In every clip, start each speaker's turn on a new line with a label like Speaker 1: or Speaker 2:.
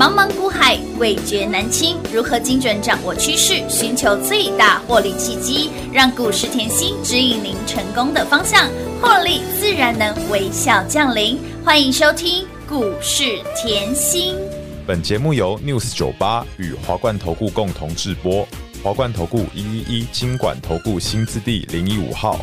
Speaker 1: 茫茫股海，味觉难清。如何精准掌握趋势，寻求最大获利契机，让股市甜心指引您成功的方向，获利自然能微笑降临。欢迎收听股市甜心。
Speaker 2: 本节目由 News 98与华冠投顾共同制播，华冠投顾111金管投顾新字第015号。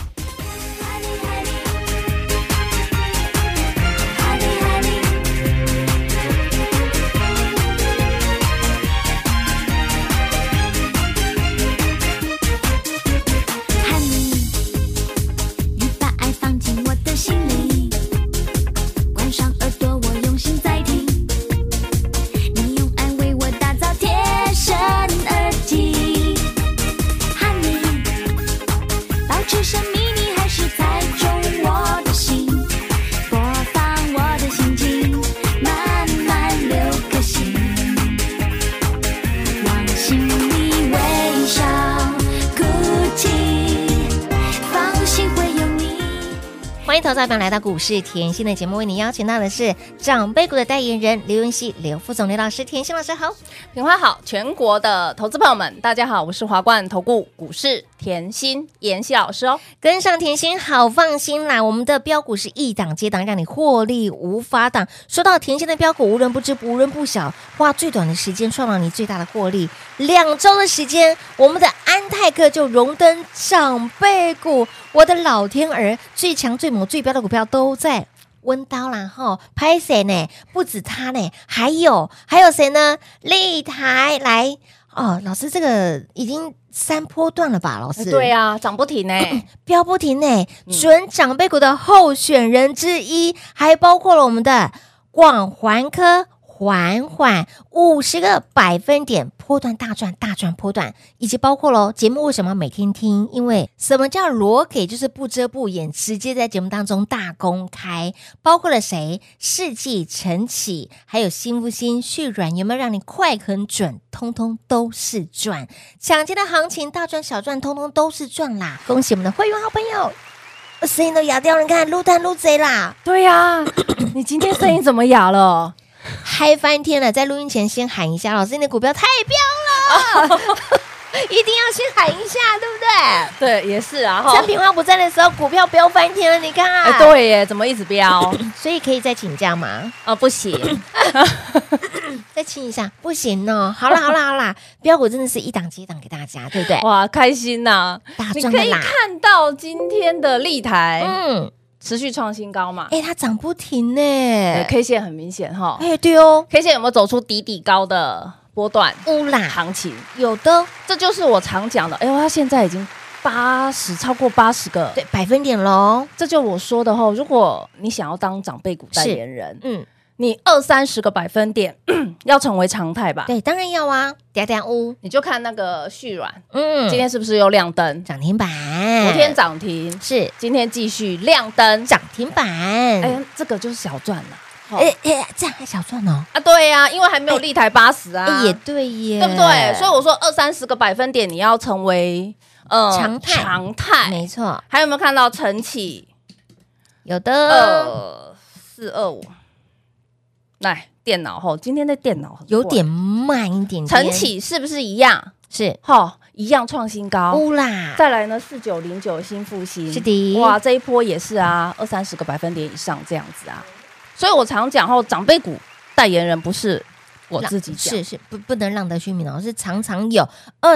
Speaker 3: 欢迎投资者朋友来到股市甜心的节目，为你邀请到的是长辈股的代言人刘文熙、刘副总、刘老师。甜心老师好，
Speaker 4: 品花好，全国的投资朋友们大家好，我是华冠投顾股市甜心妍希老师哦。
Speaker 3: 跟上甜心好放心啦，我们的标股是一档接档，让你获利无法挡。说到甜心的标股，无人不知无人不晓，花最短的时间创造你最大的获利，2周的时间，我们的安泰克就荣登长辈股。我的老天儿，最强最猛最标的股票都在温刀啦吼，拍谁呢？不止他呢，还有谁呢？立台来哦，老师这个已经3波段了吧？老师，
Speaker 4: 对啊，涨不停呢，
Speaker 3: 飙不停呢，准长辈股的候选人之一，还包括了我们的广环科。缓缓50个百分点波段大赚波段，以及包括了节目为什么每天听？因为什么叫裸给，就是不遮不掩，直接在节目当中大公开。包括了谁？世纪、晨起，还有新复兴、续软，有没有让你快很准？通通都是赚，抢劫的行情，大赚小赚，通通都是赚啦！恭喜我们的会员好朋友，声音都哑掉了，你看撸蛋撸贼啦！
Speaker 4: 对呀，你今天声音怎么哑了？
Speaker 3: 嗨翻天了！在录音前先喊一下，老师你的股票太飙了，一定要先喊一下，对不对？
Speaker 4: 对，也是啊。
Speaker 3: 陈品花不在的时候，股票飙翻天了，你看。
Speaker 4: 对耶，怎么一直飙？
Speaker 3: 所以可以再请假吗？
Speaker 4: 不行，
Speaker 3: 再亲一下，不行哦。好啦，标股真的是一档接一档给大家，对不对？
Speaker 4: 哇，开心呐！
Speaker 3: 大
Speaker 4: 你可以
Speaker 3: 赚的啦。
Speaker 4: 看到今天的立台，持续创新高嘛？
Speaker 3: 它涨不停呢
Speaker 4: ，K 线很明显哈。
Speaker 3: 对哦
Speaker 4: ，K 线有没有走出底高的波段
Speaker 3: 啦
Speaker 4: 行情？
Speaker 3: 有的，
Speaker 4: 这就是我常讲的。它现在已经超过80个
Speaker 3: 对百分点喽。
Speaker 4: 这就我说的如果你想要当长辈股代言人，你20-30个百分点要成为常态吧？
Speaker 3: 对，当然要啊。
Speaker 4: 你就看那个续软，今天是不是又亮灯
Speaker 3: 涨停板？
Speaker 4: 昨天涨停，
Speaker 3: 是
Speaker 4: 今天继续亮灯
Speaker 3: 涨停板。
Speaker 4: 这个就是小赚了。
Speaker 3: 这样还小赚哦？
Speaker 4: 对呀，因为还没有立台80啊。
Speaker 3: 也对耶，
Speaker 4: 对不对？所以我说20-30个百分点你要成为
Speaker 3: 常态，没错。
Speaker 4: 还有没有看到晨起？
Speaker 3: 有的
Speaker 4: ，425。来，电脑今天的电脑
Speaker 3: 有点慢一点，
Speaker 4: 晨起是不是一样？
Speaker 3: 是
Speaker 4: 一样创新高
Speaker 3: 啦。
Speaker 4: 再来呢，4909新复兴，
Speaker 3: 是的，
Speaker 4: 哇，这一波也是啊，20-30个百分点以上这样子啊。所以我常讲长辈股代言人不是我自己讲，
Speaker 3: 是不能浪得虚名哦，是常常有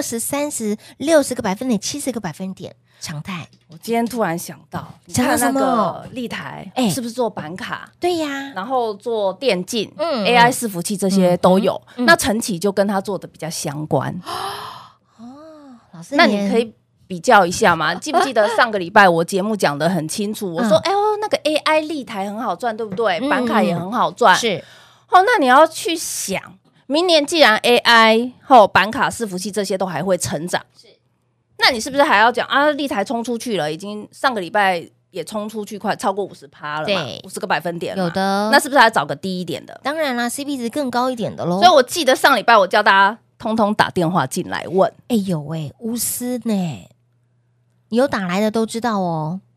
Speaker 3: 20、30、60个百分点、70个百分点常态。
Speaker 4: 我今天突然想到，你
Speaker 3: 想到
Speaker 4: 看那
Speaker 3: 什么？
Speaker 4: 个立台是不是做板卡？
Speaker 3: 对呀，
Speaker 4: 然后做电竞、AI 伺服器这些都有。那晨起就跟他做的比较相关。
Speaker 3: 老师，
Speaker 4: 那你可以比较一下吗？记不记得上个礼拜我节目讲得很清楚？我说，那个 AI 立台很好赚，对不对？板卡也很好赚。
Speaker 3: 是。
Speaker 4: 那你要去想，明年既然 AI 板卡伺服器这些都还会成长，那你是不是还要讲立台冲出去了？已经上个礼拜也冲出去快超过50%了嘛，50个百分点了。
Speaker 3: 有的，
Speaker 4: 那是不是还找个低一点的？
Speaker 3: 当然啦 ，CP 值更高一点的咯。
Speaker 4: 所以我记得上礼拜我叫大家通通打电话进来问，
Speaker 3: 有无私呢？有打来的都知道哦。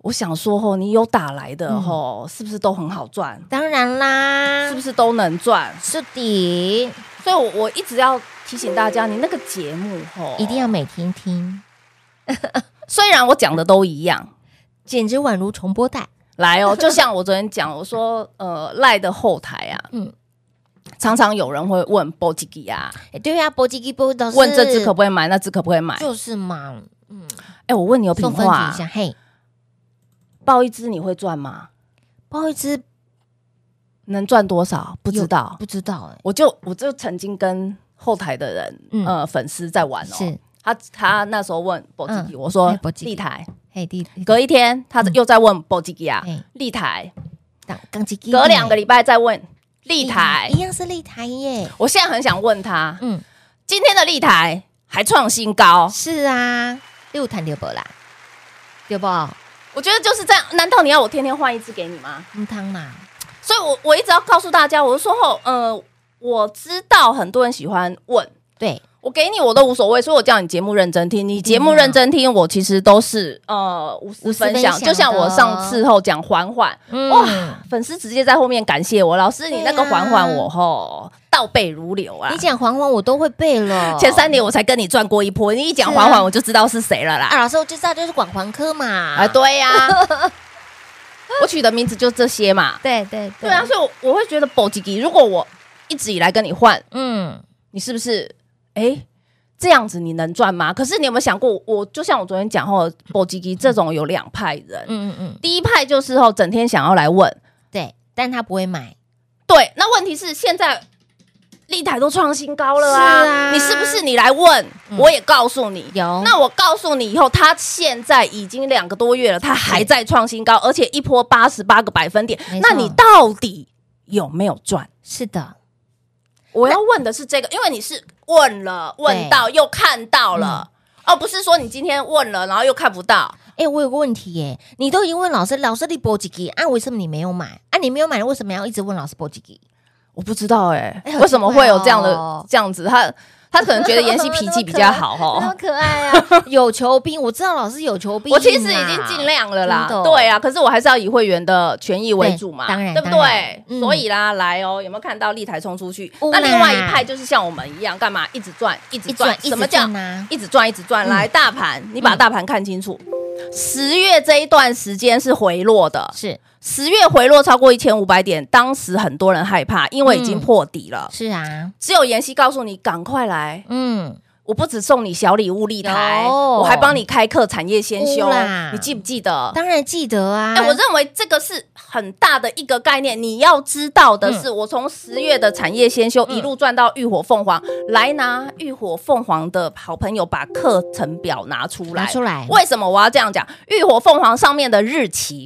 Speaker 4: 我想说你有打来的是不是都很好赚？
Speaker 3: 当然啦，
Speaker 4: 是不是都能赚？
Speaker 3: 是的，
Speaker 4: 所以我一直要提醒大家，你那个节目
Speaker 3: 一定要每天听，
Speaker 4: 虽然我讲的都一样，
Speaker 3: 简直宛如重播带。
Speaker 4: 来就像我昨天讲，我说赖的后台啊，常常有人会问波吉吉啊，
Speaker 3: 对啊，波吉吉波老师
Speaker 4: 问这只可不可以买，那只可不可以买？
Speaker 3: 就是嘛，
Speaker 4: 我问你有品
Speaker 3: 送分
Speaker 4: 话
Speaker 3: 题一下，嘿，
Speaker 4: 报一只你会赚吗？
Speaker 3: 报一只
Speaker 4: 能赚多少？不知道，
Speaker 3: 不知道
Speaker 4: 我就曾经跟后台的人，粉丝在玩
Speaker 3: 是
Speaker 4: 他那时候问波吉吉，我说立台，
Speaker 3: 嘿，
Speaker 4: 隔一天他又在问波吉吉啊，立台，
Speaker 3: 刚吉吉，
Speaker 4: 隔2个礼拜再问立台，
Speaker 3: 一样是立台耶。
Speaker 4: 我现在很想问他，今天的立台还创新高，
Speaker 3: 是啊，六谈对不啦？对不？
Speaker 4: 我觉得就是这样。难道你要我天天换一只给你吗？
Speaker 3: 汤啦，
Speaker 4: 所以我一直要告诉大家，我就说我知道很多人喜欢问，
Speaker 3: 对
Speaker 4: 我给你我都无所谓，所以我叫你节目认真听，你节目认真听，我其实都是无私分享。就像我上次讲缓缓，哇，粉丝直接在后面感谢我，老师你那个缓缓我倒背如流啊！
Speaker 3: 你讲缓缓我都会背了，
Speaker 4: 前3年我才跟你赚过一波，你一讲缓缓我就知道是谁了啦。
Speaker 3: 老师我就知道就是广环科嘛，
Speaker 4: 对呀，我取的名字就这些嘛。
Speaker 3: 对
Speaker 4: 啊，所以我会觉得波吉吉，如果我一直以来跟你换，你是不是这样子你能赚吗？可是你有没有想过，我就像我昨天讲波吉吉这种有2派人，第一派就是整天想要来问，
Speaker 3: 对，但他不会买，
Speaker 4: 对，那问题是现在立台都创新高了啊，你是不是你来问，我也告诉你
Speaker 3: 有，
Speaker 4: 那我告诉你以后，它现在已经2个多月了，它还在创新高，而且一波88个百分点，那你到底有没有赚？
Speaker 3: 是的。
Speaker 4: 我要问的是这个，因为你是问到又看到了，不是说你今天问了然后又看不到。
Speaker 3: 我有个问题耶，你都已经问老师你波吉吉为什么你没有买你没有买，为什么要一直问老师波吉吉？
Speaker 4: 我不知道为什么会有这样子？他可能觉得妍希脾气比较好
Speaker 3: 那么可爱啊，有求必应。我知道老师有求必应，
Speaker 4: 我其实已经尽量了啦，对啊，可是我还是要以会员的权益为主嘛，
Speaker 3: 当然，
Speaker 4: 对不对？所以啦，来有没有看到立台冲出去？那另外一派就是像我们一样，干嘛一直赚，一直赚？什么叫一直赚？一直赚？来，大盘，你把大盘看清楚，10月这一段时间是回落的，
Speaker 3: 是。
Speaker 4: 10月回落超过1500点，当时很多人害怕，因为已经破底了。
Speaker 3: 是啊，
Speaker 4: 只有妍希告诉你赶快来，我不只送你小礼物立台，我还帮你开课产业先修，你记不记得？
Speaker 3: 当然记得啊。
Speaker 4: 我认为这个是很大的一个概念，你要知道的是，我从10月的产业先修一路赚到浴火凤凰，来拿浴火凤凰的好朋友把课程表拿出来。为什么我要这样讲？浴火凤凰上面的日期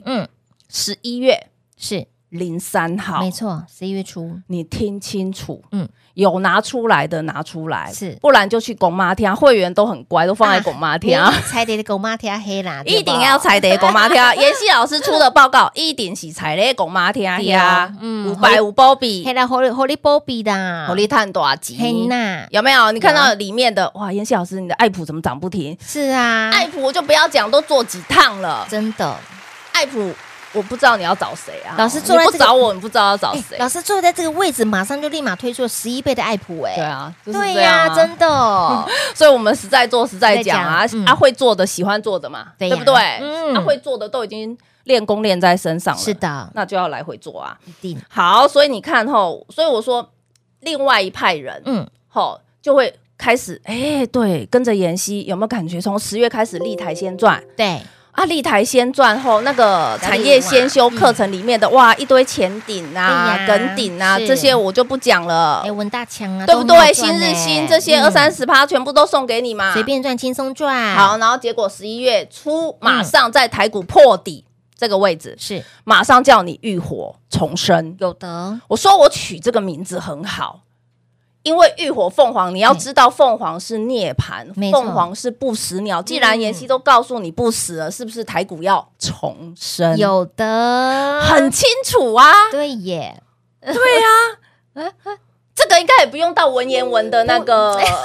Speaker 4: ，11月
Speaker 3: 是
Speaker 4: 03号，
Speaker 3: 没错，11月初，
Speaker 4: 你听清楚，有拿出来的拿出来，
Speaker 3: 是，
Speaker 4: 不然就去公妈听，会员都很乖，都放在公妈听，
Speaker 3: 踩地的公妈听黑啦，
Speaker 4: 一定要踩地公妈听。妍希老师出的报告一定是踩地公妈听呀，500波比，
Speaker 3: 黑啦，火力波比的，
Speaker 4: 火力探多少级？
Speaker 3: 黑呐，
Speaker 4: 有没有？你看到里面的哇，妍希老师，你的爱普怎么涨不停？
Speaker 3: 是啊，
Speaker 4: 爱普我就不要讲，都做几趟了，
Speaker 3: 真的，
Speaker 4: 爱普。我不知道你要找谁啊？
Speaker 3: 老师坐在
Speaker 4: 你不找我，你不知道要找谁。
Speaker 3: 老师坐在这个位置，马上就立马推出了11倍的爱普，
Speaker 4: 对啊，
Speaker 3: 对呀，真的。
Speaker 4: 所以我们实在做实在讲啊，会做的喜欢做的嘛，对不对？会做的都已经练功练在身上了，
Speaker 3: 是的，
Speaker 4: 那就要来回做啊，
Speaker 3: 一定
Speaker 4: 好。所以你看所以我说另外一派人，就会开始对，跟着妍希有没有感觉？从10月开始立台先赚，
Speaker 3: 对。
Speaker 4: 立台先赚后，那个产业先修课程里面的哇，一堆前顶啊、梗顶啊，这些我就不讲了。
Speaker 3: 文大强啊，
Speaker 4: 对不对？新日新这些20-30%全部都送给你嘛，
Speaker 3: 随便赚，轻松赚。
Speaker 4: 好，然后结果11月初马上在台股破底这个位置，
Speaker 3: 是
Speaker 4: 马上叫你浴火重生。
Speaker 3: 有的，
Speaker 4: 我说我取这个名字很好。因为浴火凤凰，你要知道凤凰是涅槃，凤凰是不死鸟。既然妍希都告诉你不死了，是不是台股要重生？
Speaker 3: 有的，
Speaker 4: 很清楚啊。
Speaker 3: 对耶，
Speaker 4: 对啊，这个应该也不用到文言文的那个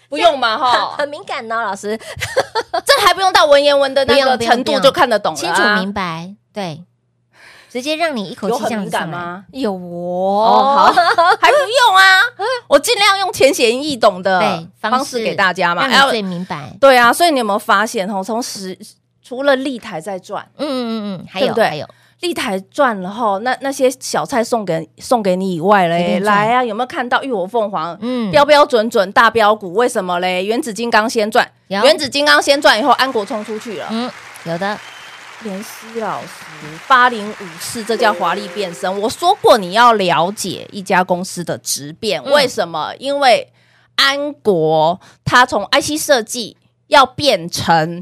Speaker 4: 不用嘛哈，
Speaker 3: 很敏感哦，老师，
Speaker 4: 这还不用到文言文的那个
Speaker 3: 不用
Speaker 4: 程度就看得懂了、
Speaker 3: 清楚明白，对，直接让你一口气这样子上来
Speaker 4: 有很敏感吗？
Speaker 3: 有
Speaker 4: 哦，好，还不用啊，我尽量用浅显易懂的
Speaker 3: 对
Speaker 4: 方式给大家嘛，
Speaker 3: 让你最明白。
Speaker 4: 对啊，所以你有没有发现哦？除了立台在赚，
Speaker 3: 还有
Speaker 4: 对不对
Speaker 3: 还有，
Speaker 4: 立台赚了后，那些小菜送给你以外嘞，
Speaker 3: 随便赚
Speaker 4: 来啊，有没有看到浴火凤凰？
Speaker 3: 嗯
Speaker 4: 标标准准大标股，为什么嘞？原子金刚先赚，
Speaker 3: 有
Speaker 4: 原子金刚先赚以后，安国冲出去了。
Speaker 3: 有的，
Speaker 4: 妍希老师8054，这叫华丽变身。我说过你要了解一家公司的质变，为什么？因为安国它从 IC 设计要变成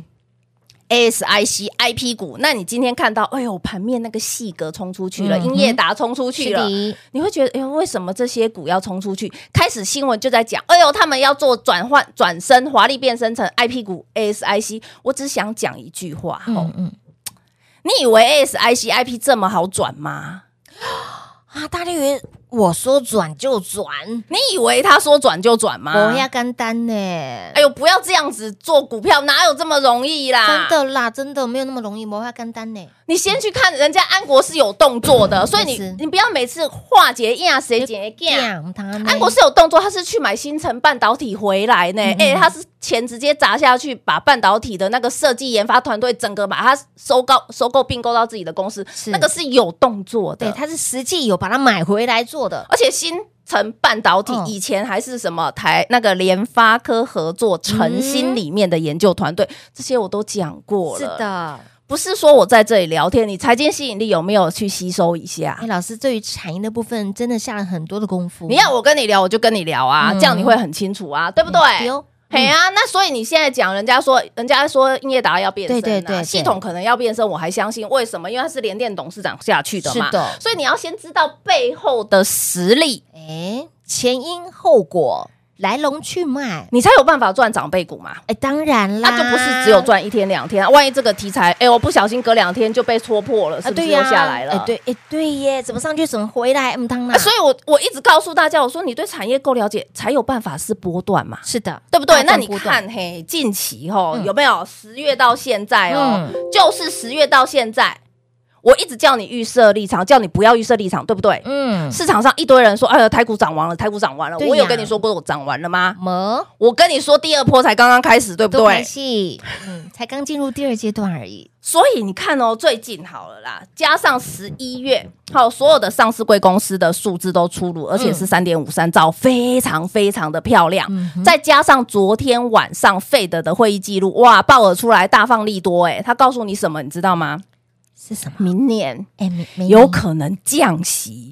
Speaker 4: ASIC IP 股，那你今天看到，哎呦，盘面那个细格冲出去了，英业达冲出去了，你会觉得，哎呦，为什么这些股要冲出去？开始新闻就在讲，哎呦，他们要做转身，华丽变身成 IP 股 ASIC。我只想讲一句话，你以为 ASIC IP 这么好转吗？
Speaker 3: 啊，大家以为我说转就转，
Speaker 4: 你以为他说转就转吗？
Speaker 3: 我要干单呢。
Speaker 4: 哎呦，不要这样子做股票，哪有这么容易啦？
Speaker 3: 真的啦，真的没有那么容易，我要干单呢。
Speaker 4: 你先去看人家安国是有动作的，所以你不要每次化解呀谁解安国是有动作，他是去买新城半导体回来呢，他是钱直接砸下去，把半导体的那个设计研发团队整个把它收购并购到自己的公司，那个是有动作的，
Speaker 3: 对，他是实际有把它买回来做的，
Speaker 4: 而且新城半导体以前还是什么那个联发科合作诚心里面的研究团队，这些我都讲过了，
Speaker 3: 是的。
Speaker 4: 不是说我在这里聊天，你财经吸引力有没有去吸收一下？
Speaker 3: 老师对于产业的部分真的下了很多的功夫。
Speaker 4: 你要我跟你聊，我就跟你聊啊，这样你会很清楚啊，对不对？嘿啊，那所以你现在讲，人家说英业达要变身，对，系统可能要变身，我还相信，为什么？因为他是联电董事长下去的嘛，
Speaker 3: 是的，
Speaker 4: 所以你要先知道背后的实力，
Speaker 3: 前因后果。来龙去脉，
Speaker 4: 你才有办法赚长辈股嘛？
Speaker 3: 当然啦，
Speaker 4: 那就不是只有赚1天2天，万一这个题材，我不小心隔2天就被戳破了，是不是又下来了？
Speaker 3: 对耶，怎么上去怎么回来？
Speaker 4: 所以我一直告诉大家，我说你对产业够了解，才有办法是波段嘛？
Speaker 3: 是的，
Speaker 4: 对不对？那你看近期有没有10月到现在就是10月到现在。我一直叫你预设立场，叫你不要预设立场，对不对？市场上一堆人说，哎呀，台股涨完了，台股涨完了。我有跟你说过我涨完了吗？我跟你说第2波才刚刚开始，对不对？
Speaker 3: 才刚进入第2阶段而已。
Speaker 4: 所以你看最近好了啦，加上11月，所有的上市柜公司的数字都出炉，而且是3.53兆，非常非常的漂亮。再加上昨天晚上Fed的会议记录，哇，鲍尔出来大放利多，他告诉你什么，你知道吗？
Speaker 3: 是什么？
Speaker 4: 明年有可能降息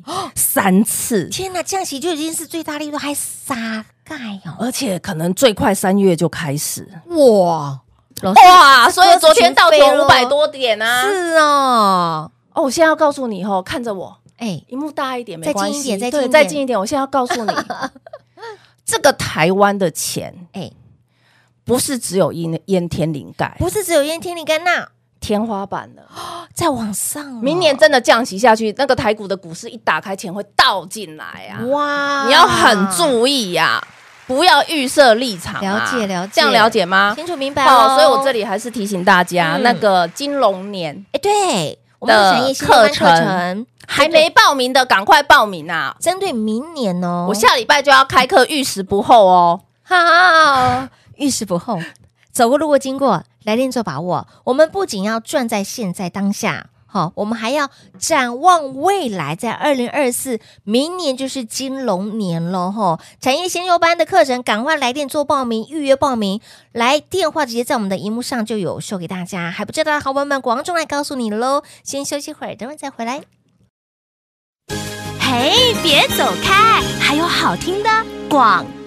Speaker 4: 3次。
Speaker 3: 天哪，降息就已经是最大力度，还撒盖哦！
Speaker 4: 而且可能最快3月就开始。
Speaker 3: 哇！
Speaker 4: 所以昨天道琼500多点啊！
Speaker 3: 是哦。
Speaker 4: 我现在要告诉你看着我，萤幕大一点没关系，再近一点。我现在要告诉你，这个台湾的钱，不是只有淹天灵盖，
Speaker 3: 不是只有淹天灵盖那。
Speaker 4: 天花板了，
Speaker 3: 在往上。
Speaker 4: 明年真的降息下去，那个台股的股市一打开，钱会倒进来啊！
Speaker 3: 哇，
Speaker 4: 你要很注意呀，不要预设立场。
Speaker 3: 了解，
Speaker 4: 这样了解吗？
Speaker 3: 清楚明白哦。
Speaker 4: 所以我这里还是提醒大家，那个金龙年，
Speaker 3: 对，我们的产业
Speaker 4: 课程还没报名的，赶快报名啊！
Speaker 3: 针对明年哦，
Speaker 4: 我下礼拜就要开课，逾时不候哦。
Speaker 3: 好，逾时不候。走过路过经过，来电做把握。我们不仅要赚在现在当下，我们还要展望未来，在2024明年就是金龙年了产业先修班的课程，赶快来电做报名，预约报名。来电话直接在我们的荧幕上就有秀给大家，还不知道的好朋友们，广中来告诉你喽。先休息会儿，等会再回来。
Speaker 1: 嘿，别走开，还有好听的广告。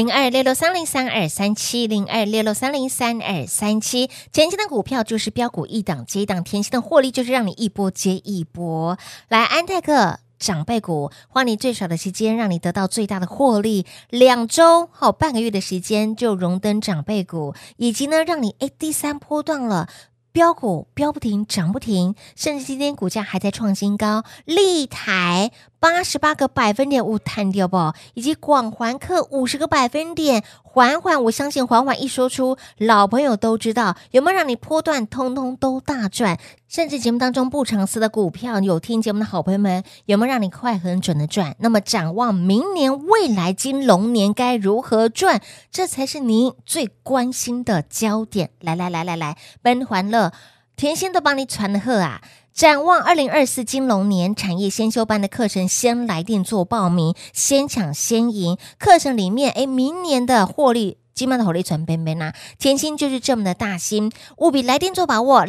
Speaker 3: 0266303237，0266303237，前期的股票就是标股一档接一档，甜心的获利就是让你一波接一波。来，安泰克长辈股，花你最少的时间，让你得到最大的获利，2周半个月的时间就荣登长辈股，以及呢，让你第3波段了。标股标不停，涨不停，甚至今天股价还在创新高。立台 88个百分点谈掉不，以及广环科50个百分点，缓缓，我相信缓缓一说出，老朋友都知道，有没有让你波段通通都大赚？甚至节目当中不常思的股票，有听节目的好朋友们，有没有让你快很准的赚？那么展望明年未来金龙年该如何赚？这才是您最关心的焦点。来，奔欢乐，甜心都帮你传贺啊！展望2024金龙年产业先修班的课程，先来电做报名，先抢先赢。课程里面，明年的获利，今晚的获利传边边啊！甜心就是这么的大心，务必来电做把握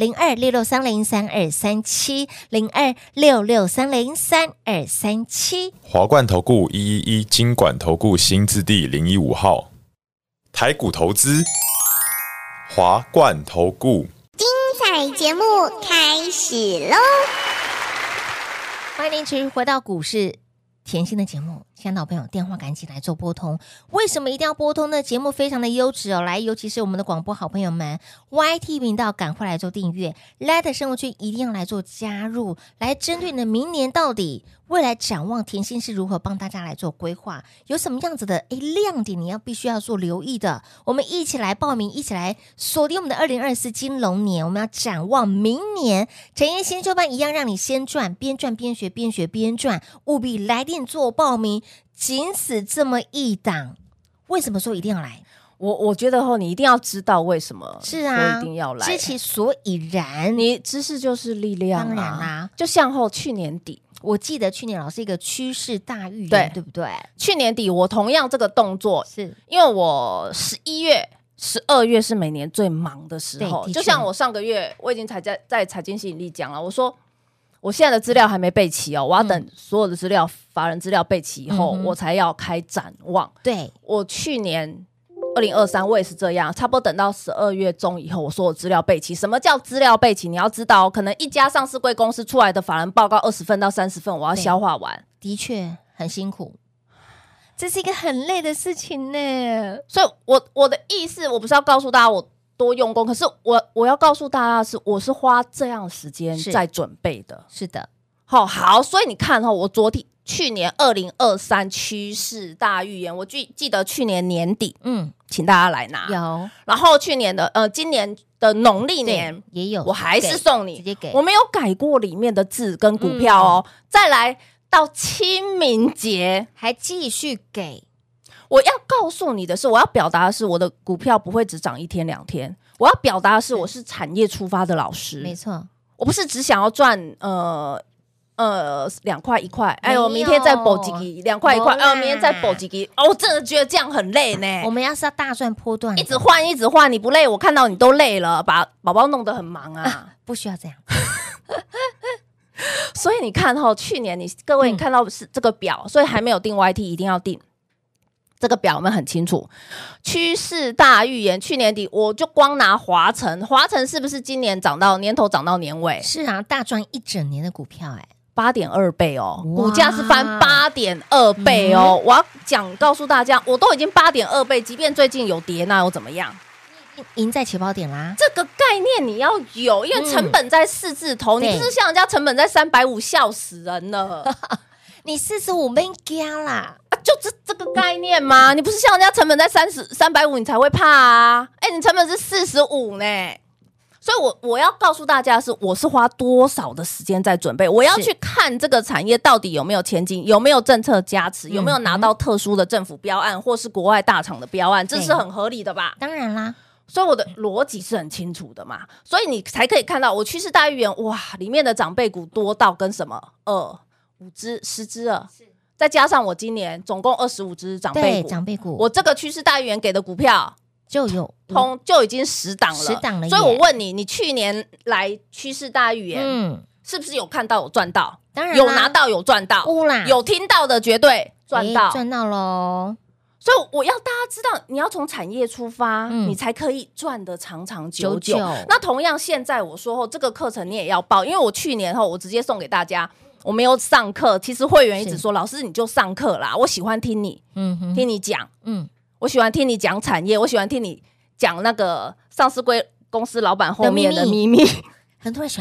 Speaker 3: ，0266303237，0266303237。
Speaker 2: 华冠投顾111金管投顾新字第015号，台股投资，华冠投顾。
Speaker 5: 彩节目开始喽！
Speaker 3: 欢迎您持续回到股市甜心的节目，亲爱的朋友，电话赶紧来做拨通。为什么一定要拨通呢？节目非常的优质哦，来，尤其是我们的广播好朋友们 ，YT 频道赶快来做订阅 ，Light 生活圈一定要来做加入，来针对你的明年到底未来展望，甜心是如何帮大家来做规划，有什么样子的亮点，你必须要做留意的。我们一起来报名，一起来锁定我们的2024金龙年，我们要展望明年产业先修班一样，让你先赚，边赚边学，边学边赚，务必来电做报名。仅此这么一档，为什么说一定要来？
Speaker 4: 我觉得你一定要知道为什么，
Speaker 3: 是啊，
Speaker 4: 一定要来，
Speaker 3: 知其所以然。
Speaker 4: 你知识就是力量，
Speaker 3: 当然啦。
Speaker 4: 就像去年底，
Speaker 3: 我记得去年老师一个趋势大预言，对不对？
Speaker 4: 去年底我同样这个动作，是因为我11月、12月是每年最忙的时候，就像我上个月我已经在财经吸引力讲了，我说。我现在的资料还没备齐哦，我要等所有的资料、法人资料备齐以后，我才要开展望。
Speaker 3: 对，
Speaker 4: 我去年2023我也是这样，差不多等到12月中以后，我所有资料备齐。什么叫资料备齐？你要知道，可能一家上市柜公司出来的法人报告20份到30份，我要消化完，
Speaker 3: 的确很辛苦。这是一个很累的事情呢，
Speaker 4: 所以我的意思，我不是要告诉大家我多用功，可是我要告诉大家的是，我是花这样的时间在准备的。
Speaker 3: 是的，
Speaker 4: 好，所以你看我去年2023趋势大预言，我记得去年年底，请大家来拿
Speaker 3: 有，
Speaker 4: 然后去年的今年的农历年
Speaker 3: 也有，
Speaker 4: 我还是送你，
Speaker 3: 直接给，
Speaker 4: 我没有改过里面的字跟股票哦。再来到清明节
Speaker 3: 还继续给。
Speaker 4: 我要告诉你的是，我要表达的是，我的股票不会只涨1天2天。我要表达的是，我是产业出发的老师，
Speaker 3: 没错，
Speaker 4: 我不是只想要赚2块1块，哎呦，明天再补几个2块1块，明天再补几个，我真的觉得这样很累呢。
Speaker 3: 我们要是要大赚波段，
Speaker 4: 一直换，你不累，我看到你都累了，把宝宝弄得很忙啊，
Speaker 3: 不需要这样。
Speaker 4: 所以你看去年各位你看到是这个表，所以还没有定 YT 一定要定。这个表我们很清楚，趋势大预言。去年底我就光拿华城是不是今年年头涨到年尾？
Speaker 3: 是啊，大赚1整年的股票
Speaker 4: 8.2倍哦，股价是翻8.2倍哦。我要告诉大家，我都已经8.2倍，即便最近有跌，那又怎么样？
Speaker 3: 赢在起跑点啦。
Speaker 4: 这个概念你要有，因为成本在4字头，你不是像人家成本在350，笑死人了。
Speaker 3: 你45没加啦。
Speaker 4: 就这个概念吗？你不是像人家成本在350你才会怕啊？你成本是45呢，所以我要告诉大家是，我是花多少的时间在准备，我要去看这个产业到底有没有前景，有没有政策加持，有没有拿到特殊的政府标案或是国外大厂的标案，这是很合理的吧？
Speaker 3: 当然啦，
Speaker 4: 所以我的逻辑是很清楚的嘛，所以你才可以看到我趋势大预言，哇，里面的长辈股多到跟什么5只10只了。再加上我今年总共25只长辈股，我这个趋势大预言给的股票就已经10档了，所以我问你，你去年来趋势大预言，是不是有看到有赚到？
Speaker 3: 当然
Speaker 4: 有拿到有赚到，有听到的绝对赚到
Speaker 3: 咯。
Speaker 4: 所以我要大家知道，你要从产业出发，你才可以赚得长长久久。那同样，现在我说这个课程你也要报，因为我去年我直接送给大家。我没有上课，其实会员一直说老师你就上课啦，我喜欢听你，听你讲，我喜欢听你讲产业，我喜欢听你讲那个上市柜公司老板后面的秘密。
Speaker 3: 很多人喜欢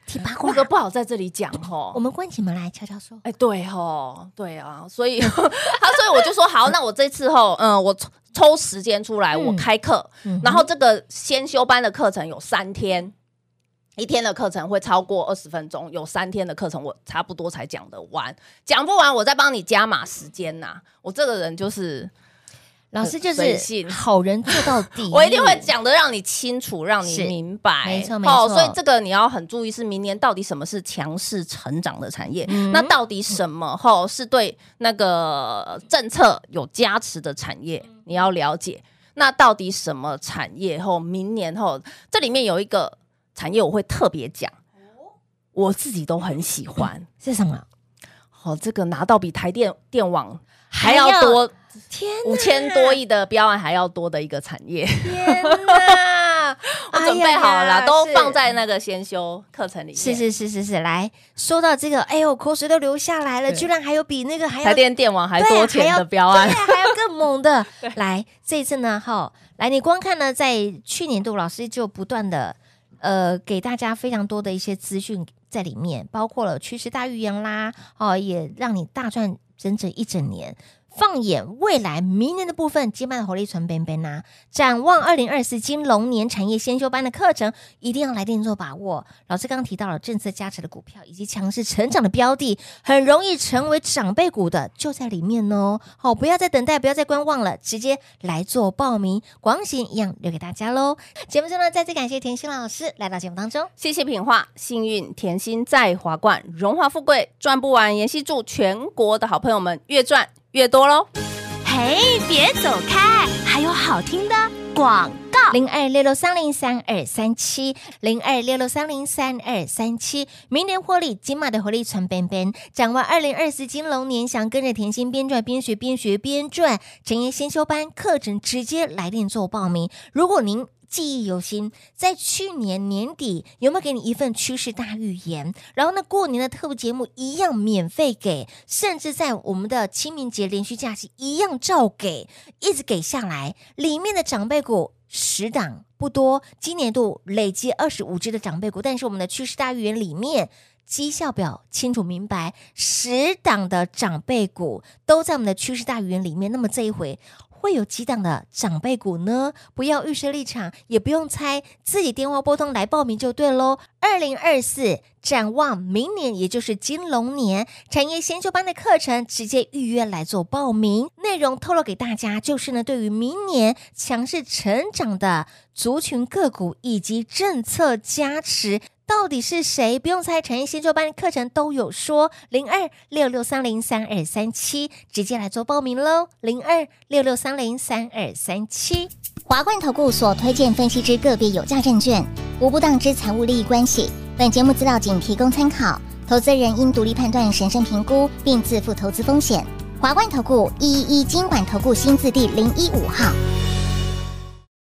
Speaker 3: 提八卦
Speaker 4: 那，个不好在这里讲吼。
Speaker 3: 我们关起门来悄悄说。
Speaker 4: 哎，对吼，对啊，所以所以我就说好，那我这次后，我抽时间出来，我开课，然后这个先修班的课程有3天。1天的课程会超过20分钟，有3天的课程我差不多才讲得完，讲不完我再帮你加码时间呐。我这个人就是
Speaker 3: 老师就是好人做到底，
Speaker 4: 我一定会讲的让你清楚，让你明白，
Speaker 3: 没错没错。
Speaker 4: 所以这个你要很注意，是明年到底什么是强势成长的产业，那到底什么是对那个政策有加持的产业，你要了解。那到底什么产业明年这里面有一个产业我会特别讲，我自己都很喜欢，
Speaker 3: 是什么？
Speaker 4: 这个拿到比台电网还要多，5000多亿的标案还要多的一个产业。
Speaker 3: 天哪！
Speaker 4: 我准备好了啦，都放在那个先修课程里面。
Speaker 3: 是，来说到这个，哎呦，口水都流下来了，居然还有比那个还要
Speaker 4: 台电网还多钱的标案，
Speaker 3: 对，还要更猛的。来，这一次呢，来，你光看呢，在去年度老师就不断的给大家非常多的一些资讯在里面，包括了趋势大预言啦，也让你大赚整整1整年。放眼未来明年的部分，金班的活力存边边呐，展望2024金龙年产业先修班的课程，一定要来电做把握。老师刚刚提到了政策加持的股票以及强势成长的标的，很容易成为长辈股的，就在里面哦。不要再等待，不要再观望了，直接来做报名，广喜一样留给大家喽。节目中呢，再次感谢甜心老师来到节目当中，
Speaker 4: 谢谢品画，幸运甜心在华冠，荣华富贵赚不完。妍希祝全国的好朋友们越赚越多喽！
Speaker 1: 嘿，别走开，还有好听的广告。
Speaker 3: 0266303237，0266303237，明年获利，金马的活力传边边。展望2024金龙年，想跟着甜心边赚边学边学边赚，产业先修班课程直接来电做报名。如果您记忆犹新，在去年年底有没有给你一份趋势大预言？然后呢，过年的特别节目一样免费给，甚至在我们的清明节连续假期一样照给，一直给下来。里面的长辈股10档不多，今年度累积25只的长辈股，但是我们的趋势大预言里面绩效表清楚明白，10档的长辈股都在我们的趋势大预言里面。那么这一回会有几档的长辈股呢？不要预设立场，也不用猜，自己电话拨通来报名就对咯。2024展望明年，也就是金龙年产业先修班的课程，直接预约来做报名。内容透露给大家，就是呢，对于明年强势成长的族群个股以及政策加持，到底是谁？不用猜，产业先修班的课程都有说。0266303237，直接来做报名喽。0266303237。
Speaker 5: 华冠投顾所推荐分析之个别有价证券，无不当之财务利益关系。本节目资料仅提供参考，投资人应独立判断、审慎评估，并自负投资风险。华冠投顾111金管投顾新字第015号。